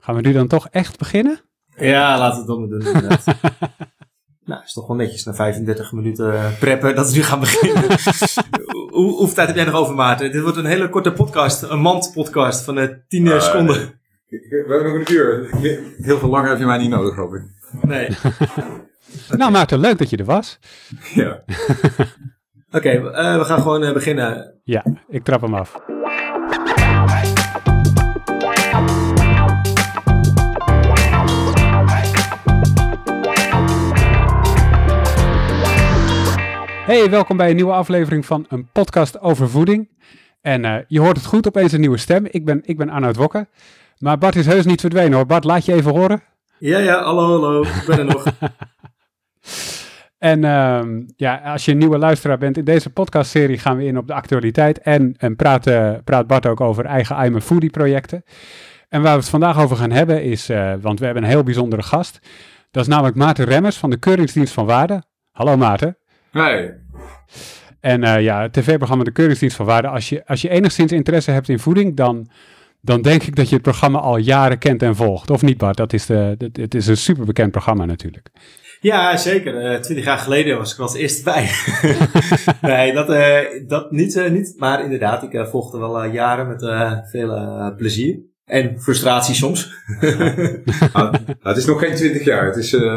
Gaan we nu dan toch echt beginnen? Ja, laten we het dan maar doen. Inderdaad. Nou, is toch wel netjes na 35 minuten preppen dat we nu gaan beginnen. Hoeveel tijd heb jij nog over, Maarten? Dit wordt een hele korte podcast. Een mandpodcast van 10 seconden. We hebben nog een uur. Heel veel langer heb je mij niet nodig, hoop ik. Nee. Nou, Maarten, leuk dat je er was. Ja. Oké, we gaan gewoon beginnen. Ja, ik trap hem af. Hey, welkom bij een nieuwe aflevering van een podcast over voeding. En je hoort het goed, opeens een nieuwe stem. Ik ben Arnoud Wokke. Maar Bart is heus niet verdwenen hoor. Bart, laat je even horen. Ja, hallo, ik ben er nog. En als je een nieuwe luisteraar bent, in deze podcastserie gaan we in op de actualiteit. En praat Bart ook over eigen I'm a Foodie projecten. En waar we het vandaag over gaan hebben is, want we hebben een heel bijzondere gast. Dat is namelijk Maarten Remmers van de Keuringsdienst van Waarde. Hallo Maarten. Hey. En het tv-programma De Keuringsdienst van Waarde. Als je enigszins interesse hebt in voeding, dan denk ik dat je het programma al jaren kent en volgt. Of niet, Bart? Het is een superbekend programma natuurlijk. Ja, zeker. 20 jaar geleden was ik er als eerste bij. Nee, dat niet. Maar inderdaad, ik volgde wel jaren met veel plezier. En frustratie soms. Het is nog geen 20 jaar.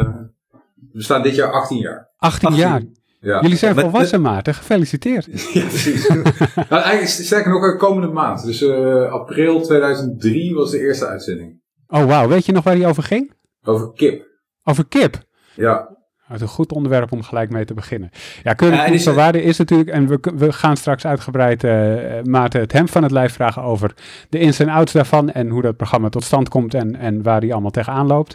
We staan dit jaar 18 jaar. 18 jaar? Ja. Jullie zijn volwassen, Maarten. Gefeliciteerd. Ja, precies. Nou, eigenlijk sterker nog komende maand. Dus april 2003 was de eerste uitzending. Oh, wauw. Weet je nog waar die over ging? Over kip. Over kip? Ja. Dat is een goed onderwerp om gelijk mee te beginnen. Ja, Keuringsdienst van Waarde is natuurlijk, en we gaan straks uitgebreid Maarten het hemd van het lijf vragen over de ins en outs daarvan en hoe dat programma tot stand komt en waar die allemaal tegenaan loopt.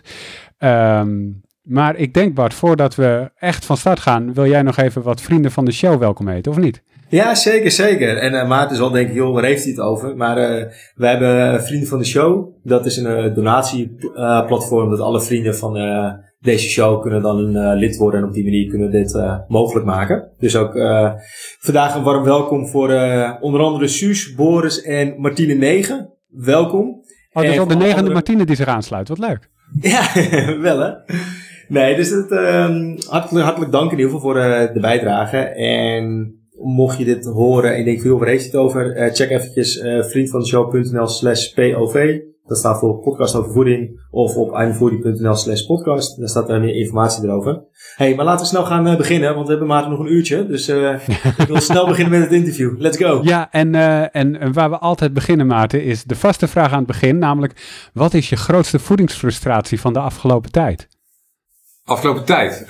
Maar ik denk, Bart, voordat we echt van start gaan, wil jij nog even wat vrienden van de show welkom heten, of niet? Ja, zeker. En Maarten zal denken, joh, waar heeft hij het over? Maar wij hebben Vrienden van de Show. Dat is een donatieplatform dat alle vrienden van deze show kunnen dan een lid worden. En op die manier kunnen we dit mogelijk maken. Dus ook vandaag een warm welkom voor onder andere Suus, Boris en Martine 9. Welkom. Oh, dat is al de 9e Martine die zich aansluit. Wat leuk. Ja, wel hè. Nee, dus hartelijk dank in ieder geval voor de bijdrage. En mocht je dit horen en je denkt, waar heeft het over? Check eventjes vriendvandeshow.nl/POV. Dat staat voor podcast over voeding. Of op imfoodie.nl/podcast. Daar staat meer informatie erover. Hey, maar laten we snel gaan beginnen, want we hebben maar nog een uurtje. Dus ik wil snel beginnen met het interview. Let's go. Ja, en waar we altijd beginnen, Maarten, is de vaste vraag aan het begin. Namelijk, wat is je grootste voedingsfrustratie van de afgelopen tijd? Afgelopen tijd?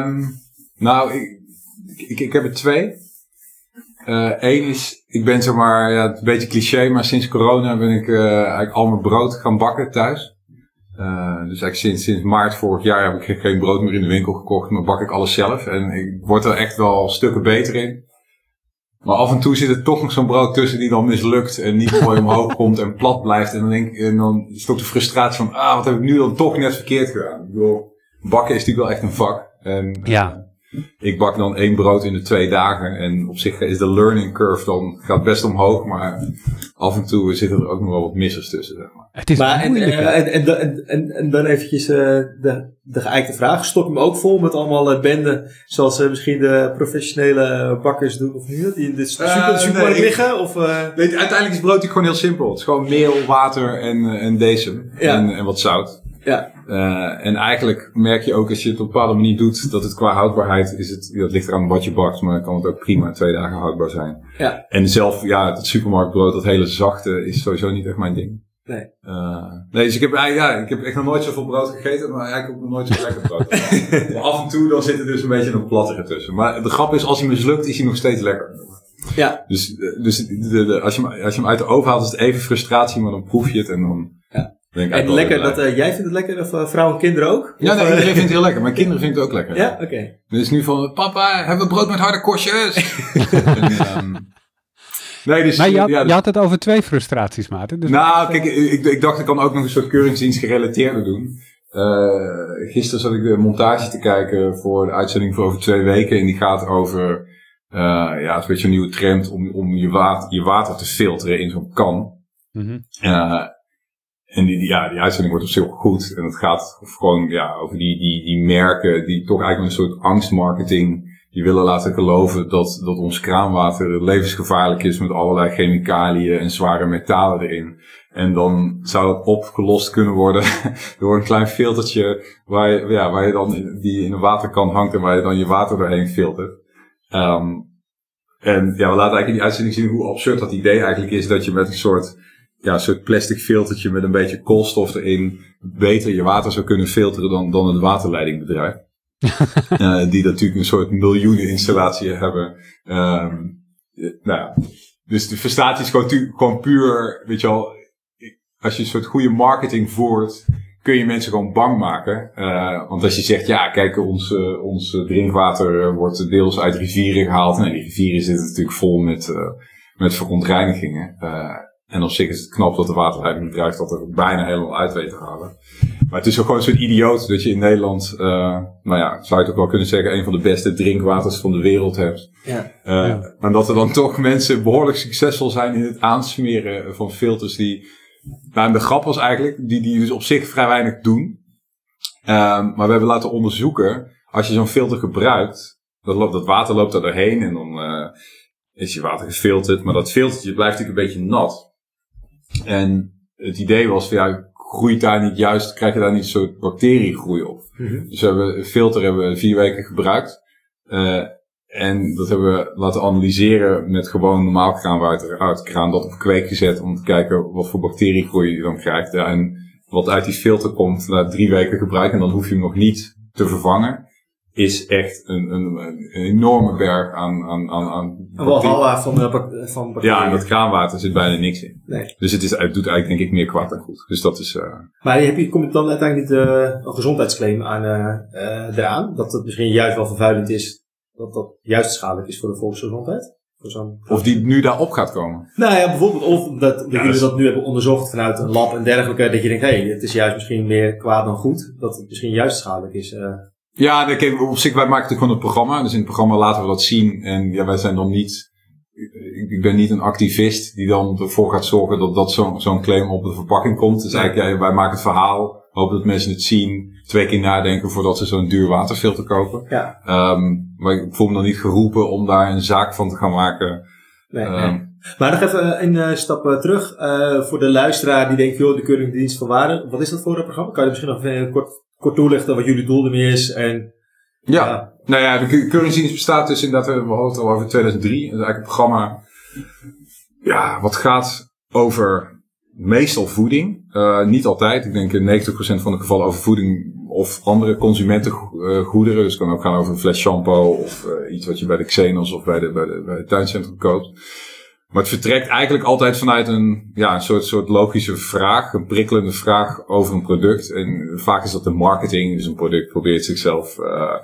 Ik heb er 2. Eén is, ik ben het is een beetje cliché, maar sinds corona ben ik eigenlijk al mijn brood gaan bakken thuis. Dus eigenlijk sinds maart vorig jaar heb ik geen brood meer in de winkel gekocht, maar bak ik alles zelf. En ik word er echt wel stukken beter in. Maar af en toe zit er toch nog zo'n brood tussen die dan mislukt en niet mooi omhoog komt en plat blijft. En dan is het ook de frustratie van, wat heb ik nu dan toch net verkeerd gedaan? Ik bedoel, bakken is natuurlijk wel echt een vak. En, ja. Ik bak dan 1 brood in de 2 dagen. En op zich is de learning curve gaat best omhoog. Maar af en toe zitten er ook nog wel wat missers tussen. Zeg maar. Het is moeilijk. En dan eventjes de geëikte vraag. Stop hem ook vol met allemaal benden. Zoals misschien de professionele bakkers doen of niet? Die in de supermarkt liggen? Of, Nee, uiteindelijk is brood natuurlijk gewoon heel simpel. Het is gewoon meel, water en decem. Ja. En wat zout. Ja. En eigenlijk merk je ook als je het op een bepaalde manier doet, dat het qua houdbaarheid dat ligt eraan wat je bakt, maar dan kan het ook prima 2 dagen houdbaar zijn. Ja. En zelf, het supermarktbrood, dat hele zachte, is sowieso niet echt mijn ding. Nee. Dus ik heb echt nog nooit zoveel brood gegeten, maar eigenlijk ook nog nooit zo lekker brood. Maar af en toe dan zit er dus een beetje een plattere tussen. Maar de grap is, als hij mislukt, is hij nog steeds lekker. Ja. Dus als je hem uit de oven haalt, is het even frustratie, maar dan proef je het en dan... Ja. En lekker, jij vindt het lekker, of vrouwen en kinderen ook? Ja, nee, iedereen vindt het heel lekker. Mijn kinderen vinden het ook lekker. Ja, oké. Dus nu van, papa, hebben we brood met harde korstjes? Maar je had het over 2 frustraties, Maarten. Dus kijk, ik dacht ik kan ook nog een soort keuringsdienst gerelateerde doen. Gisteren zat ik de montage te kijken voor de uitzending voor over 2 weken. En die gaat over, het is een beetje een nieuwe trend om je water te filteren in zo'n kan. Mm-hmm. En die uitzending wordt op zich ook goed. En het gaat gewoon over die merken die toch eigenlijk een soort angstmarketing, die willen laten geloven dat ons kraanwater levensgevaarlijk is met allerlei chemicaliën en zware metalen erin. En dan zou het opgelost kunnen worden door een klein filtertje waar je dan die in een waterkan hangt en waar je dan je water doorheen filtert. En we laten eigenlijk in die uitzending zien hoe absurd dat idee eigenlijk is, dat je met een soort plastic filtertje met een beetje koolstof erin beter je water zou kunnen filteren dan het waterleidingbedrijf. Die natuurlijk een soort miljoenen installatie hebben. Dus de frustratie is gewoon puur, weet je wel, als je een soort goede marketing voert, kun je mensen gewoon bang maken. Want als je zegt, kijk, ons drinkwater wordt deels uit rivieren gehaald. Nee, die rivieren zitten natuurlijk vol met verontreinigingen. En op zich is het knap dat de waterleidingbedrijf dat er bijna helemaal uit weet te halen. Maar het is ook gewoon zo'n idioot dat je in Nederland, zou je het ook wel kunnen zeggen, een van de beste drinkwaters van de wereld hebt. En dat er dan toch mensen behoorlijk succesvol zijn in het aansmeren van filters die, en de grap was eigenlijk, die dus op zich vrij weinig doen. Maar we hebben laten onderzoeken, als je zo'n filter gebruikt, dat water loopt daar doorheen en dan is je water gefilterd. Maar dat filtertje blijft natuurlijk een beetje nat. En het idee was van groeit daar niet juist, krijg je daar niet een soort bacteriegroei op. Mm-hmm. Dus een filter hebben we 4 weken gebruikt. En dat hebben we laten analyseren met gewoon normaal kraanwater uit de kraan, dat op kweek gezet om te kijken wat voor bacteriegroei je dan krijgt. En wat uit die filter komt na 3 weken gebruik, en dan hoef je hem nog niet te vervangen, is echt een enorme berg aan walhalla van bacteriën. Ja, en dat kraanwater zit bijna niks in. Nee. Dus het doet eigenlijk denk ik meer kwaad dan goed. Dus dat is... Maar komt dan uiteindelijk niet een gezondheidsclaim eraan? Dat het misschien juist wel vervuilend is, dat juist schadelijk is voor de volksgezondheid? Of die nu daarop gaat komen? Nou ja, bijvoorbeeld of dat jullie dat nu hebben onderzocht vanuit een lab en dergelijke, dat je denkt, het is juist misschien meer kwaad dan goed, dat het misschien juist schadelijk is. Ja, op zich, wij maken natuurlijk gewoon een programma. Dus in het programma laten we dat zien. En wij zijn dan niet... Ik ben niet een activist die dan ervoor gaat zorgen dat zo'n claim op de verpakking komt. Dus eigenlijk, wij maken het verhaal. Hopen dat mensen het zien. 2 keer nadenken voordat ze zo'n duur waterfilter kopen. Ja. Maar ik voel me dan niet geroepen om daar een zaak van te gaan maken. Nee. Maar nog even een stap terug. Voor de luisteraar die denkt, de Keuringsdienst van Waarde. Wat is dat voor een programma? Kan je misschien nog even kort toelichten wat jullie doel ermee is? En, de Keuringsdienst bestaat dus inderdaad, we hadden het al over 2003. Dat is eigenlijk een programma wat gaat over meestal voeding. Niet altijd. Ik denk in 90% van de gevallen over voeding of andere consumentengoederen. Dus het kan ook gaan over een fles shampoo of iets wat je bij de Xenos of bij het tuincentrum koopt. Maar het vertrekt eigenlijk altijd vanuit een soort logische vraag, een prikkelende vraag over een product. En vaak is dat de marketing. Dus een product probeert zichzelf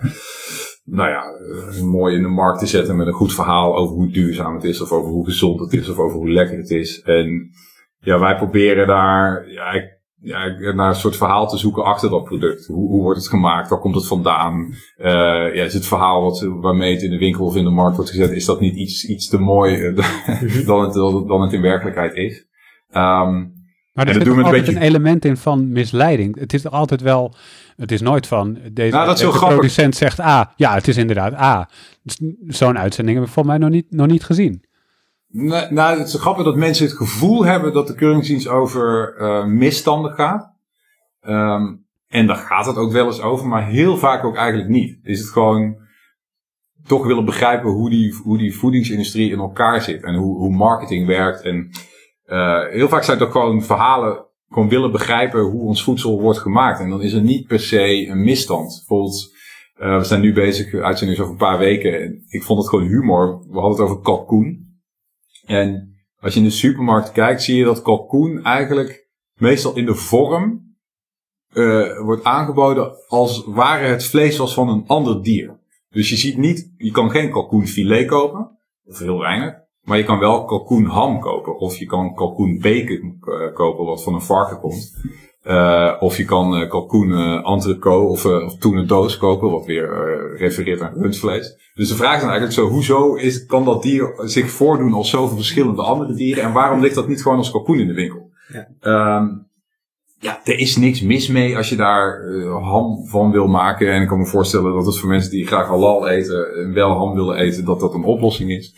mooi in de markt te zetten met een goed verhaal over hoe duurzaam het is, of over hoe gezond het is, of over hoe lekker het is. En wij proberen daar naar een soort verhaal te zoeken achter dat product. Hoe wordt het gemaakt? Waar komt het vandaan? Is het verhaal waarmee het in de winkel of in de markt wordt gezet, is dat niet iets te mooi dan het in werkelijkheid is? Maar er zit ook altijd een element in van misleiding. Het is altijd wel, het is nooit van, de producent zegt A. Ja, het is inderdaad A. Zo'n uitzending hebben we volgens mij nog niet gezien. Nou, het is grappig dat mensen het gevoel hebben dat de Keuringsdienst over misstanden gaat. En daar gaat het ook wel eens over, maar heel vaak ook eigenlijk niet. Is het gewoon toch willen begrijpen hoe die voedingsindustrie in elkaar zit en hoe marketing werkt. En heel vaak zijn het ook gewoon verhalen, gewoon willen begrijpen hoe ons voedsel wordt gemaakt. En dan is er niet per se een misstand. Bijvoorbeeld, we zijn nu bezig, uitzending is over een paar weken. En ik vond het gewoon humor. We hadden het over kalkoen. En als je in de supermarkt kijkt, zie je dat kalkoen eigenlijk meestal in de vorm wordt aangeboden als ware het vlees was van een ander dier. Dus je kan geen kalkoenfilet kopen, of heel weinig, maar je kan wel kalkoenham kopen. Of je kan kalkoenbacon kopen, wat van een varken komt. Of je kan kalkoen entrecote of tournedoos kopen, wat weer refereert aan rundvlees. Dus de vraag is dan eigenlijk zo, hoezo kan dat dier zich voordoen als zoveel verschillende andere dieren? En waarom ligt dat niet gewoon als kalkoen in de winkel? Ja. er is niks mis mee als je daar ham van wil maken. En ik kan me voorstellen dat het voor mensen die graag halal eten en wel ham willen eten, dat een oplossing is.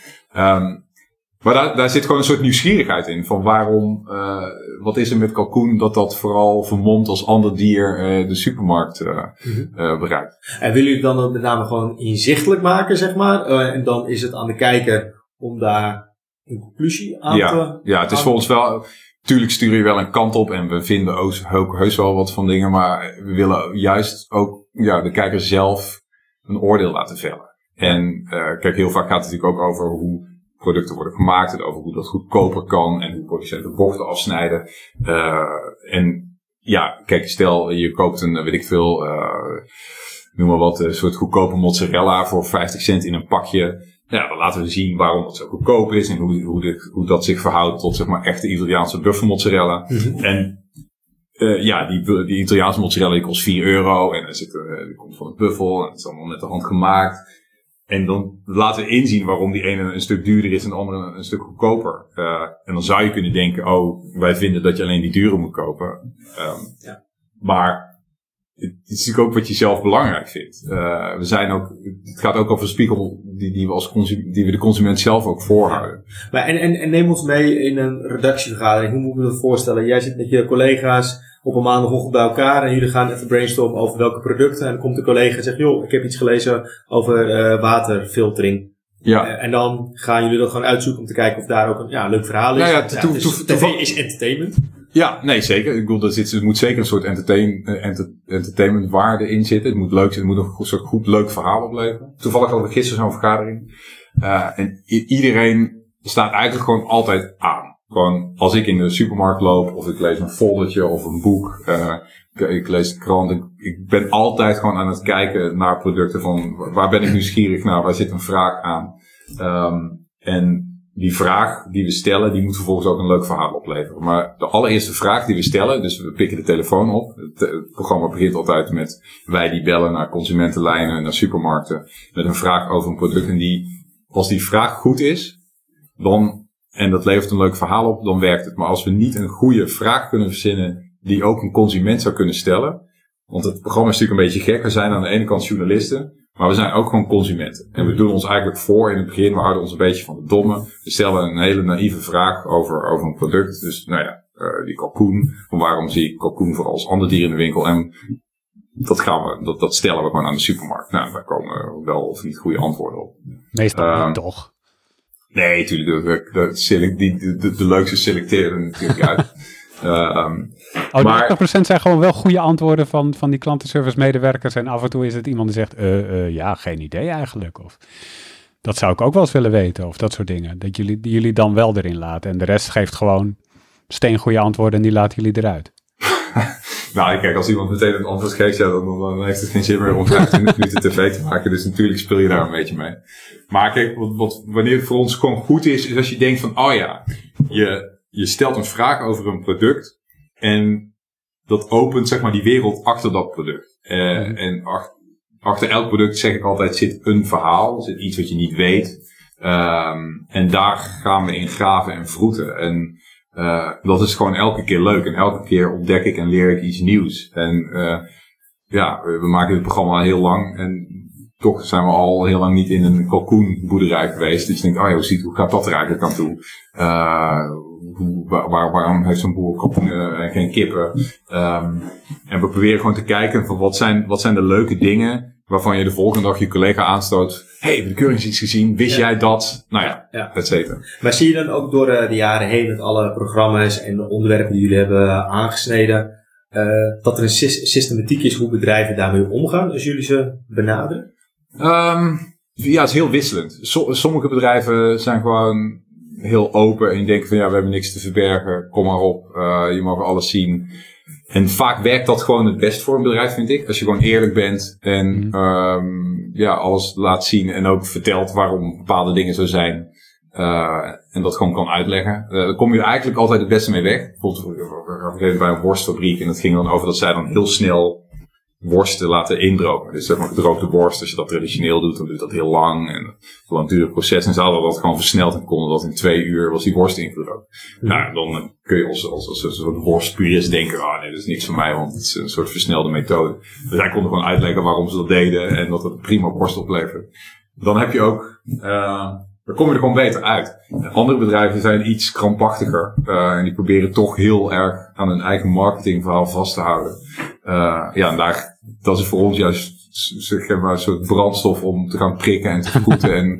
Maar daar zit gewoon een soort nieuwsgierigheid in. Van waarom, wat is er met kalkoen dat vooral vermomt als ander dier de supermarkt bereikt. En willen jullie dan ook met name gewoon inzichtelijk maken, zeg maar? En dan is het aan de kijker om daar een conclusie aan te... Ja, het is voor ons wel... Tuurlijk stuur je wel een kant op en we vinden ook heus wel wat van dingen. Maar we willen juist ook de kijker zelf een oordeel laten vellen. En kijk, heel vaak gaat het natuurlijk ook over hoe producten worden gemaakt en over hoe dat goedkoper kan en hoe producenten bochten afsnijden. En ja, kijk, stel je koopt een, weet ik veel, noem maar wat, een soort goedkope mozzarella voor 50 cent in een pakje. Ja, dan laten we zien waarom het zo goedkoop is en hoe dat zich verhoudt tot, zeg maar, echte Italiaanse buffelmozzarella. Mm-hmm. En die Italiaanse mozzarella die kost €4 en die komt van een buffel en het is allemaal met de hand gemaakt. En dan laten we inzien waarom die ene een stuk duurder is en de andere een stuk goedkoper. En dan zou je kunnen denken, wij vinden dat je alleen die dure moet kopen. Maar het is natuurlijk ook wat je zelf belangrijk vindt. Het gaat ook over een spiegel die we de consument zelf ook voorhouden. Maar en neem ons mee in een redactievergadering. Hoe moet ik me dat voorstellen? Jij zit met je collega's op een maandagochtend bij elkaar en jullie gaan even brainstormen over welke producten. En dan komt de collega en zegt, joh, ik heb iets gelezen over waterfiltering. Ja. En dan gaan jullie dat gewoon uitzoeken om te kijken of daar ook een leuk verhaal is. TV is entertainment. Ja, nee, zeker. Ik bedoel, er moet zeker een soort entertainmentwaarde in zitten. Het moet leuk zijn, het moet een soort goed leuk verhaal opleveren. Toevallig hadden we gisteren zo'n vergadering. En iedereen staat eigenlijk gewoon altijd aan. Gewoon, als ik in de supermarkt loop, of ik lees een foldertje of een boek, ik lees de krant. Ik ben altijd gewoon aan het kijken naar producten van, waar ben ik nieuwsgierig naar, waar zit een vraag aan. En die vraag die we stellen, die moet vervolgens ook een leuk verhaal opleveren. Maar de allereerste vraag die we stellen, dus we pikken de telefoon op. Het programma begint altijd met wij die bellen naar consumentenlijnen, naar supermarkten, met een vraag over een product. En als die vraag goed is, en dat levert een leuk verhaal op, dan werkt het. Maar als we niet een goede vraag kunnen verzinnen die ook een consument zou kunnen stellen. Want het programma is natuurlijk een beetje gek. We zijn aan de ene kant journalisten, maar we zijn ook gewoon consumenten. En we doen ons eigenlijk voor in het begin, we houden ons een beetje van de domme. We stellen een hele naïeve vraag over een product. Dus die kalkoen. Waarom zie ik kalkoen vooral als ander dier in de winkel? En dat stellen we gewoon aan de supermarkt. Nou, daar komen wel of niet goede antwoorden op. Meestal niet, toch? Nee, natuurlijk. De leukste selecteren natuurlijk uit. Maar 80% zijn gewoon wel goede antwoorden van die klantenservice medewerkers. En af en toe is het iemand die zegt, geen idee eigenlijk. Of dat zou ik ook wel eens willen weten. Of dat soort dingen. Dat jullie dan wel erin laten. En de rest geeft gewoon steengoede antwoorden en die laten jullie eruit. Nou, kijk, als iemand meteen een antwoord geeft, dan heeft het geen zin meer om 25 minuten tv te maken. Dus natuurlijk speel je daar een beetje mee. Maar kijk, wanneer het voor ons gewoon goed is als je denkt van, je stelt een vraag over een product en dat opent, zeg maar, die wereld achter dat product. En achter elk product, zeg ik altijd, zit een verhaal, zit iets wat je niet weet. En daar gaan we in graven en vroeten. En dat is gewoon elke keer leuk. En elke keer ontdek ik en leer ik iets nieuws. En we maken dit programma al heel lang. En toch zijn we al heel lang niet in een kalkoenboerderij geweest. Dus je denkt, hoe gaat dat er eigenlijk aan toe? Waarom heeft zo'n boer kalkoenen en geen kippen? En we proberen gewoon te kijken van wat zijn de leuke dingen waarvan je de volgende dag je collega aanstoot. Hey, heb je de keuringsdienst gezien? Wist jij dat? Nou ja, et cetera. Maar zie je dan ook door de jaren heen met alle programma's en de onderwerpen die jullie hebben aangesneden, dat er een systematiek is hoe bedrijven daarmee omgaan als jullie ze benaderen? Het is heel wisselend. Sommige bedrijven zijn gewoon heel open en denken van we hebben niks te verbergen, kom maar op, je mag alles zien. En vaak werkt dat gewoon het best voor een bedrijf, vind ik. Als je gewoon eerlijk bent en alles laat zien en ook vertelt waarom bepaalde dingen zo zijn. En dat gewoon kan uitleggen. Dan kom je eigenlijk altijd het beste mee weg. Bijvoorbeeld bij een worstfabriek en dat ging dan over dat zij dan heel snel worsten laten indrogen. Dus zeg maar gedroogde worst, als je dat traditioneel doet, dan duurt dat heel lang. En een langdurig proces. En ze hadden dat gewoon versneld en konden dat in 2 uur was die worst ingedroogd. Nou, dan kun je als een soort worstpurist denken, nee, dat is niks voor mij, want het is een soort versnelde methode. Dus hij kon gewoon uitleggen waarom ze dat deden en dat het prima worst oplevert. Dan heb je ook, dan kom je er gewoon beter uit. Andere bedrijven zijn iets krampachtiger. En die proberen toch heel erg aan hun eigen marketingverhaal vast te houden. En dat is voor ons juist zeg maar, een soort brandstof om te gaan prikken en te vergoeden.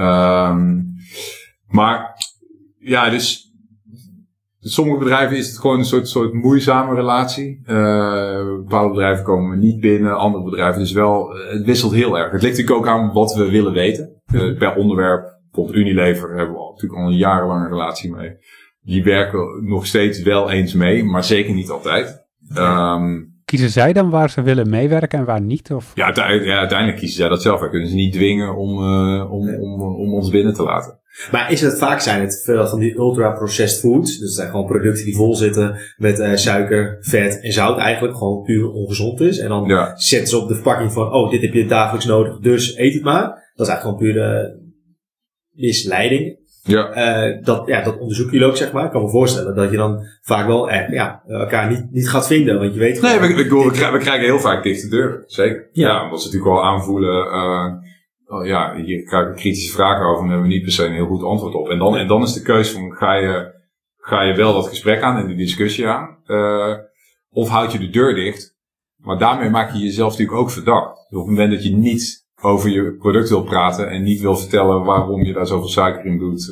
Maar ja, dus sommige bedrijven is het gewoon een soort moeizame relatie. Bepaalde bedrijven komen niet binnen, andere bedrijven dus wel. Het wisselt heel erg. Het ligt natuurlijk ook aan wat we willen weten. Per onderwerp. Bijvoorbeeld Unilever hebben we natuurlijk al een jarenlange relatie mee. Die werken nog steeds wel eens mee, maar zeker niet altijd. Kiezen zij dan waar ze willen meewerken en waar niet? Of? Ja, uiteindelijk kiezen zij dat zelf. Wij kunnen ze niet dwingen om ons binnen te laten. Maar zijn het veel van die ultra-processed foods? Dus het zijn gewoon producten die vol zitten met suiker, vet en zout eigenlijk. Gewoon puur ongezond is. En dan zetten ze op de verpakking van, dit heb je dagelijks nodig, dus eet het maar. Dat is eigenlijk gewoon pure misleiding. Dat onderzoeken jullie ook, zeg maar. Ik kan me voorstellen dat je dan vaak wel elkaar niet gaat vinden, want je weet gewoon... Nee, we krijgen heel vaak dichte deuren. Zeker. Ja, omdat ze natuurlijk wel aanvoelen... hier krijg ik kritische vragen over en daar hebben we niet per se een heel goed antwoord op. En dan is de keuze van, ga je wel dat gesprek aan en die discussie aan? Of houd je de deur dicht? Maar daarmee maak je jezelf natuurlijk ook verdacht. Dus op het moment dat je niet over je product wil praten en niet wil vertellen waarom je daar zoveel suiker in doet,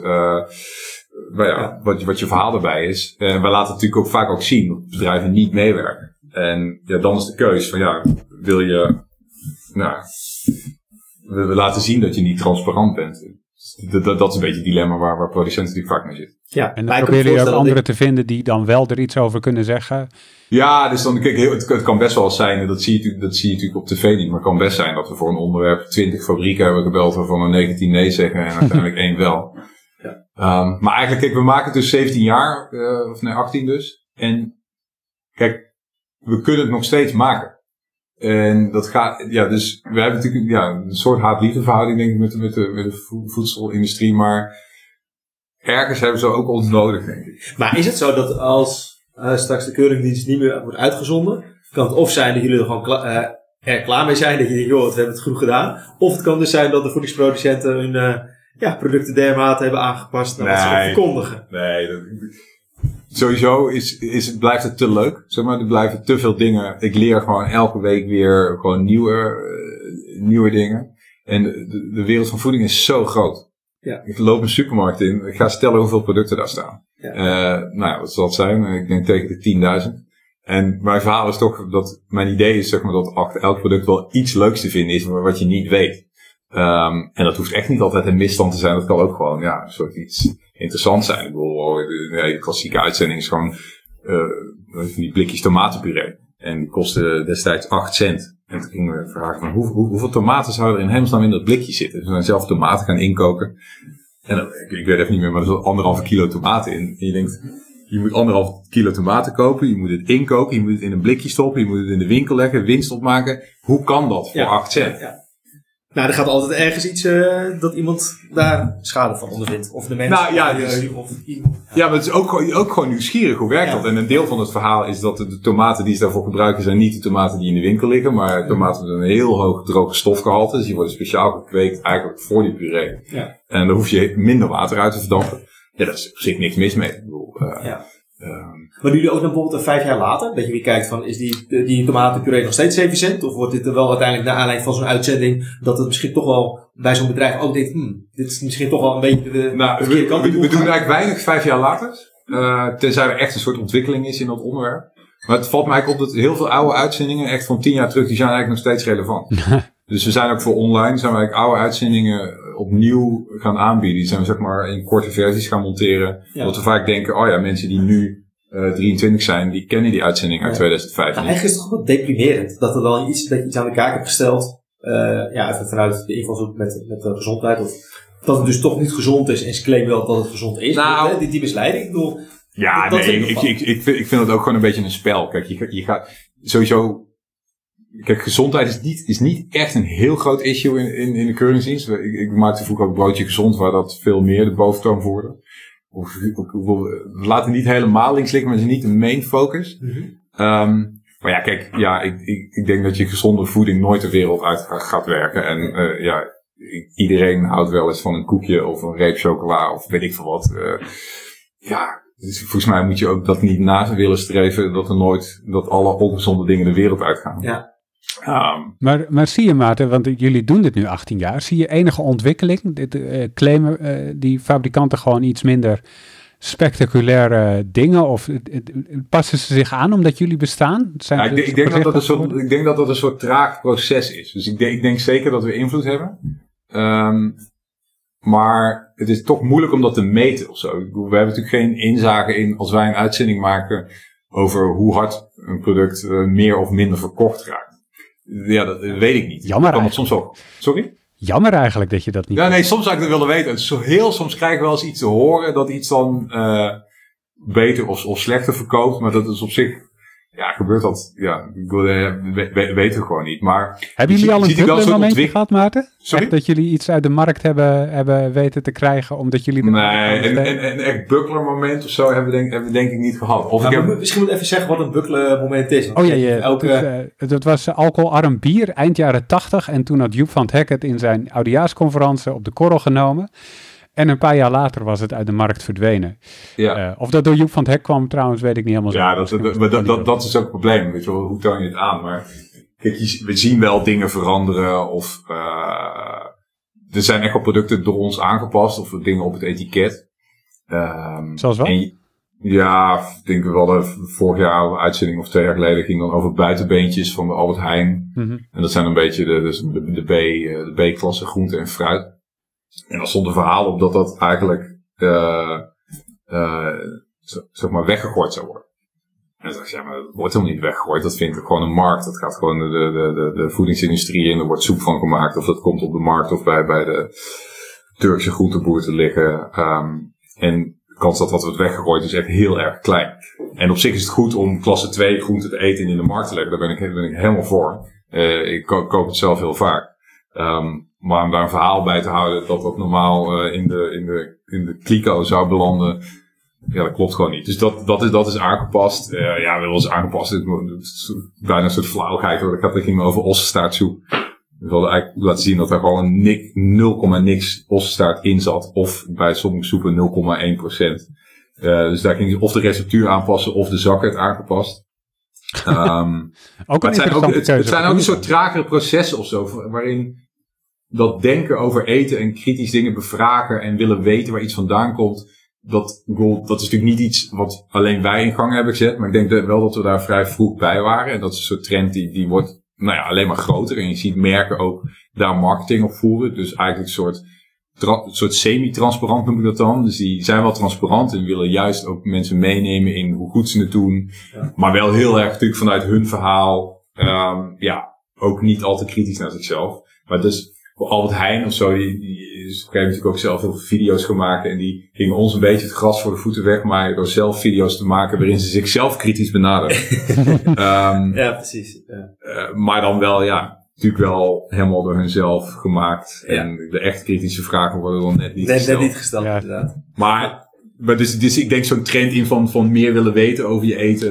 wat je verhaal erbij is. En wij laten natuurlijk ook vaak zien dat bedrijven niet meewerken. En dan is de keus van wil je, we laten zien dat je niet transparant bent. Dat is een beetje het dilemma waar producenten natuurlijk vaak mee zitten. Ja, en dan proberen je ook anderen te vinden die dan wel er iets over kunnen zeggen. Ja, dus dan kijk, het kan best wel zijn, dat zie je natuurlijk op tv niet, maar het kan best zijn dat we voor een onderwerp 20 fabrieken hebben gebeld waarvan er 19 nee zeggen en uiteindelijk 1 wel. Ja. Maar eigenlijk, kijk, we maken het dus 17 jaar, 18 dus. En kijk, we kunnen het nog steeds maken. En dat gaat, dus we hebben natuurlijk een soort haat-liefde verhouding denk ik met de voedselindustrie, maar ergens hebben ze ook ons nodig, denk ik. Maar is het zo dat als straks de Keuringsdienst niet meer wordt uitgezonden, kan het of zijn dat jullie er gewoon klaar mee zijn, dat je denkt, we hebben het genoeg gedaan, of het kan dus zijn dat de voedingsproducenten hun producten dermate hebben aangepast naar wat ze verkondigen. Nee, sowieso blijft het te leuk. Zeg maar, er blijven te veel dingen. Ik leer gewoon elke week weer gewoon nieuwe dingen. En de wereld van voeding is zo groot. Ja. Ik loop een supermarkt in. Ik ga stellen hoeveel producten daar staan. Ja. Wat zal het zijn? Ik denk tegen de 10.000. En mijn verhaal is toch dat mijn idee is zeg maar dat achter elk product wel iets leuks te vinden is wat je niet weet. En dat hoeft echt niet altijd een misstand te zijn. Dat kan ook gewoon een soort iets interessant zijn. Ik bedoel, de klassieke uitzending is gewoon die blikjes tomatenpuree. En die kostte destijds 8 cent. En toen gingen we vragen van hoeveel tomaten zouden er in hemelsnaam in dat blikje zitten. Dus we zijn zelf tomaten gaan inkoken. En ik weet even niet meer, maar er zat 1,5 kilo tomaten in. En je denkt, je moet 1,5 kilo tomaten kopen. Je moet het inkoken. Je moet het in een blikje stoppen. Je moet het in de winkel leggen. Winst opmaken. Hoe kan dat voor 8 cent? Ja. Nou, er gaat altijd ergens iets dat iemand daar schade van ondervindt. Of de mensen. Of iemand. Ja, maar het is ook gewoon nieuwsgierig. Hoe werkt dat? En een deel van het verhaal is dat de tomaten die ze daarvoor gebruiken zijn niet de tomaten die in de winkel liggen. Maar tomaten met een heel hoog droge stofgehalte. Dus die worden speciaal gekweekt eigenlijk voor die puree. Ja. En daar hoef je minder water uit te verdampen. Ja, daar is op zich niks mis mee. Ik bedoel, maar doen jullie ook dan bijvoorbeeld 5 jaar later, dat je weer kijkt van, is die tomatenpuree nog steeds 7 cent? Of wordt dit er wel uiteindelijk naar aanleiding van zo'n uitzending, dat het misschien toch wel bij zo'n bedrijf ook denkt, dit is misschien toch wel een beetje de verkeerde kant. We doen eigenlijk weinig 5 jaar later, tenzij er echt een soort ontwikkeling is in dat onderwerp. Maar het valt mij ook op dat heel veel oude uitzendingen, echt van 10 jaar terug, die zijn eigenlijk nog steeds relevant. Dus we zijn ook voor online, zijn we eigenlijk oude uitzendingen opnieuw gaan aanbieden. Die zijn we zeg maar in korte versies gaan monteren. Ja. Omdat we vaak denken, mensen die nu 23 zijn, die kennen die uitzending uit 2015. Nou, eigenlijk is het toch wel deprimerend dat er dan dat je iets aan de kaak hebt gesteld. Even vanuit de invalshoek met de gezondheid. Of dat het dus toch niet gezond is en ze claimen wel dat het gezond is. Nou, die misleiding, ik bedoel. Ja, ik vind het ook gewoon een beetje een spel. Kijk, je gaat sowieso. kijk, gezondheid is niet echt een heel groot issue in de keuringsdienst. Ik maakte vroeger ook broodje gezond, waar dat veel meer de boventoon voerde. We laten niet helemaal links liggen, maar het is niet de main focus. Mm-hmm. Maar ja, kijk, ik denk dat je gezonde voeding nooit de wereld uit gaat werken. En iedereen houdt wel eens van een koekje of een reep chocola of weet ik veel wat. Dus volgens mij moet je ook dat niet na willen streven dat alle ongezonde dingen de wereld uitgaan. Ja. Maar zie je, Maarten, want jullie doen dit nu 18 jaar. Zie je enige ontwikkeling? Claimen die fabrikanten gewoon iets minder spectaculaire dingen? Of passen ze zich aan omdat jullie bestaan? Ik denk dat dat een soort traag proces is. Dus ik denk zeker dat we invloed hebben. Maar het is toch moeilijk om dat te meten of zo. We hebben natuurlijk geen inzage in als wij een uitzending maken over hoe hard een product meer of minder verkocht raakt. Ja, dat weet ik niet. Jammer kan het soms ook. Sorry? Jammer eigenlijk dat je dat niet... Ja, nee, soms zou ik dat willen weten. Dus heel soms krijg ik wel eens iets te horen dat iets dan beter of slechter verkoopt. Maar dat is op zich... Ja, gebeurt dat? Ja, weten we gewoon niet. Maar hebben jullie al een bubblermomentje gehad, Maarten? Sorry? Echt dat jullie iets uit de markt hebben weten te krijgen, omdat jullie... Nee, een echt bubblermoment of zo hebben we denk ik niet gehad. Misschien moet ik even zeggen wat een bubblermoment is. Dat was alcoholarm bier, eind jaren 80. En toen had Joep van 't Hek het in zijn oudejaarsconferentie op de korrel genomen. En een paar jaar later was het uit de markt verdwenen. Ja. Of dat door Joep van 't Hek kwam trouwens, weet ik niet helemaal zo. Ja, dat is ook het probleem. Weet je wel, hoe toon je het aan? Maar kijk, we zien wel dingen veranderen. Of er zijn echt wel producten door ons aangepast. Of dingen op het etiket. Zoals wat? Ja, ik denk wel vorig jaar een uitzending of 2 jaar geleden ging dan over buitenbeentjes van de Albert Heijn. Mm-hmm. En dat zijn een beetje de B-klasse groente en fruit. En dan stond een verhaal op dat eigenlijk zeg maar weggegooid zou worden. En dan dacht ik, maar dat wordt helemaal niet weggegooid. Dat vindt gewoon een markt. Dat gaat gewoon de voedingsindustrie in. Er wordt soep van gemaakt. Of dat komt op de markt of bij de Turkse groenteboer te liggen. En de kans dat wat wordt weggegooid is echt heel erg klein. En op zich is het goed om klasse 2 groenten te eten en in de markt te leggen. Daar ben ik helemaal voor. Ik koop het zelf heel vaak. Maar om daar een verhaal bij te houden dat normaal in de kliko zou belanden, ja, dat klopt gewoon niet. Dus dat is aangepast. Wel eens aangepast. Het is bijna een soort flauwigheid. Dat ging over ossenstaartsoep. We wilden eigenlijk laten zien dat er gewoon 0,niks ossenstaart in zat. Of bij sommige soepen 0,1%. Dus daar ging of de receptuur aanpassen of de zak werd aangepast. Het zijn ook een soort tragere processen of zo, waarin dat denken over eten en kritisch dingen bevragen en willen weten waar iets vandaan komt, dat is natuurlijk niet iets wat alleen wij in gang hebben gezet, maar ik denk wel dat we daar vrij vroeg bij waren. En dat is een soort trend die wordt alleen maar groter. En je ziet merken ook daar marketing op voeren. Dus eigenlijk een soort semi-transparant noem ik dat dan. Dus die zijn wel transparant en willen juist ook mensen meenemen in hoe goed ze het doen. Ja. Maar wel heel erg natuurlijk vanuit hun verhaal. Ook niet al te kritisch naar zichzelf. Maar dus Albert Heijn of zo, die is op een gegeven moment natuurlijk ook zelf heel veel video's gemaakt. En die gingen ons een beetje het gras voor de voeten wegmaaien door zelf video's te maken waarin ze zichzelf kritisch benaderen. Ja, precies. Ja. Maar dan wel, natuurlijk wel helemaal door hunzelf gemaakt. Ja. En de echt kritische vragen worden dan net niet gesteld. Net niet gesteld, inderdaad. Maar dus ik denk zo'n trend in van meer willen weten over je eten.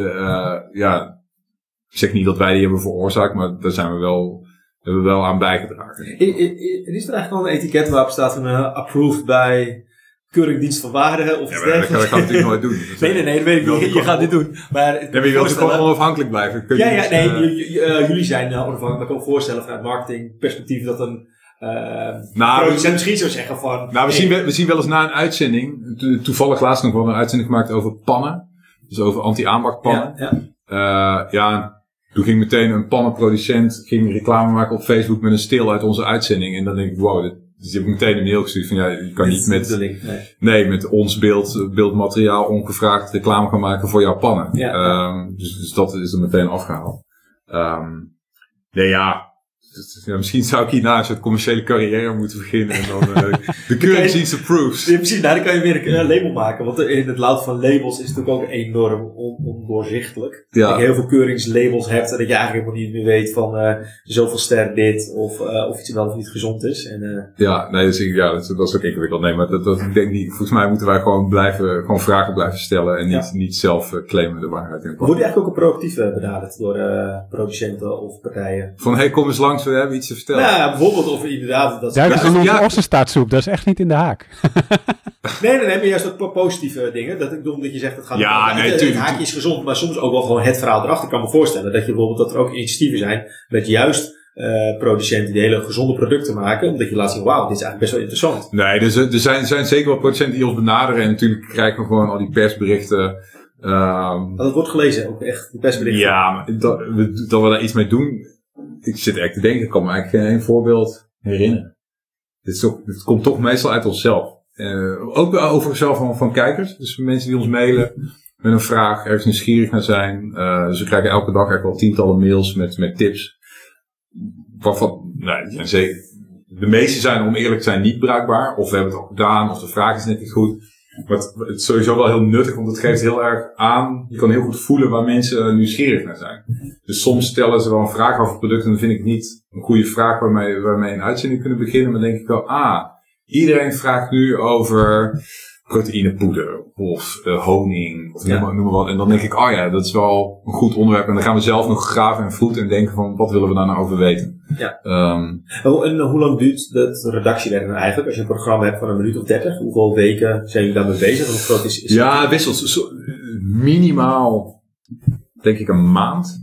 Ik zeg niet dat wij die hebben veroorzaakt, maar daar zijn we wel aan bijgedragen. Is er eigenlijk al een etiket waarop staat van approved bij Keuringsdienst van Waarde of dat kan ik natuurlijk nooit doen. Nee, dat weet ik niet. Je gaat dit doen. Maar je wilt gewoon onafhankelijk blijven. Jullie zijn onafhankelijk. Maar ik kan me voorstellen vanuit marketingperspectief dat een producent misschien zou zeggen van... We zien wel eens na een uitzending, toevallig laatst nog wel een uitzending gemaakt over pannen. Dus over anti-aanbakpannen. Toen ging meteen een pannenproducent reclame maken op Facebook met een stil uit onze uitzending. En dan denk ik, wow, dus je hebt meteen een mail gestuurd van je kan niet met ons beeldmateriaal ongevraagd reclame gaan maken voor jouw pannen. Ja. Dus dat is er meteen afgehaald. misschien zou ik hierna een soort commerciële carrière moeten beginnen. En dan de currencies approves. Ja, precies, dan kan je weer een label maken. Want in het laut van labels is het natuurlijk ook enorm ondoorzichtelijk. Ja. Dat je heel veel keuringslabels hebt en dat je eigenlijk helemaal niet meer weet van zoveel ster dit of iets wel of niet gezond is. En, dat is ook ingewikkeld. Nee, maar dat ik denk niet. Volgens mij moeten wij gewoon vragen blijven stellen en niet zelf claimen de waarheid. Word je eigenlijk ook een proactief benaderd door producenten of partijen? Van, hey, kom eens langs, we hebben iets te vertellen. Nou, bijvoorbeeld of inderdaad... Duikers in onze ossenstaartsoep, dat is echt niet in de haak. Nee, maar juist ook positieve dingen. Dat ik bedoel dat je zegt, het gaat het haakje is gezond, maar soms ook wel gewoon het verhaal erachter. Ik kan me voorstellen dat je bijvoorbeeld dat er ook initiatieven zijn met juist producenten die hele gezonde producten maken, omdat je laat zien, wauw, dit is eigenlijk best wel interessant. Nee, dus er zijn zeker wel producenten die ons benaderen en natuurlijk krijgen we gewoon al die persberichten. Dat wordt gelezen, ook echt, die persberichten. Ja, maar dat we daar iets mee doen. Ik zit echt te denken, ik kan me eigenlijk geen voorbeeld herinneren. Het komt toch meestal uit onszelf. Ook overigens van kijkers. Dus mensen die ons mailen met een vraag, ergens nieuwsgierig naar zijn. Dus we krijgen elke dag echt wel tientallen mails met tips. De meeste zijn, om eerlijk te zijn, niet bruikbaar. Of we hebben het al gedaan, of de vraag is net niet goed. Maar het is sowieso wel heel nuttig, want het geeft heel erg aan. Je kan heel goed voelen waar mensen nieuwsgierig naar zijn. Dus soms stellen ze wel een vraag over producten en dan vind ik niet een goede vraag waarmee een uitzending kunnen beginnen. Maar dan denk ik wel, iedereen vraagt nu over proteïnepoeder of honing of noem maar wat. En dan denk ik, dat is wel een goed onderwerp. En dan gaan we zelf nog graven en voeten en denken van, wat willen we daar nou over weten? Ja. En hoe lang duurt dat redactiewerk nou eigenlijk? Als je een programma hebt van 1 minuut of 30, hoeveel weken zijn jullie daarmee bezig? Hoe groot is het wisselt. Minimaal, denk ik, een maand.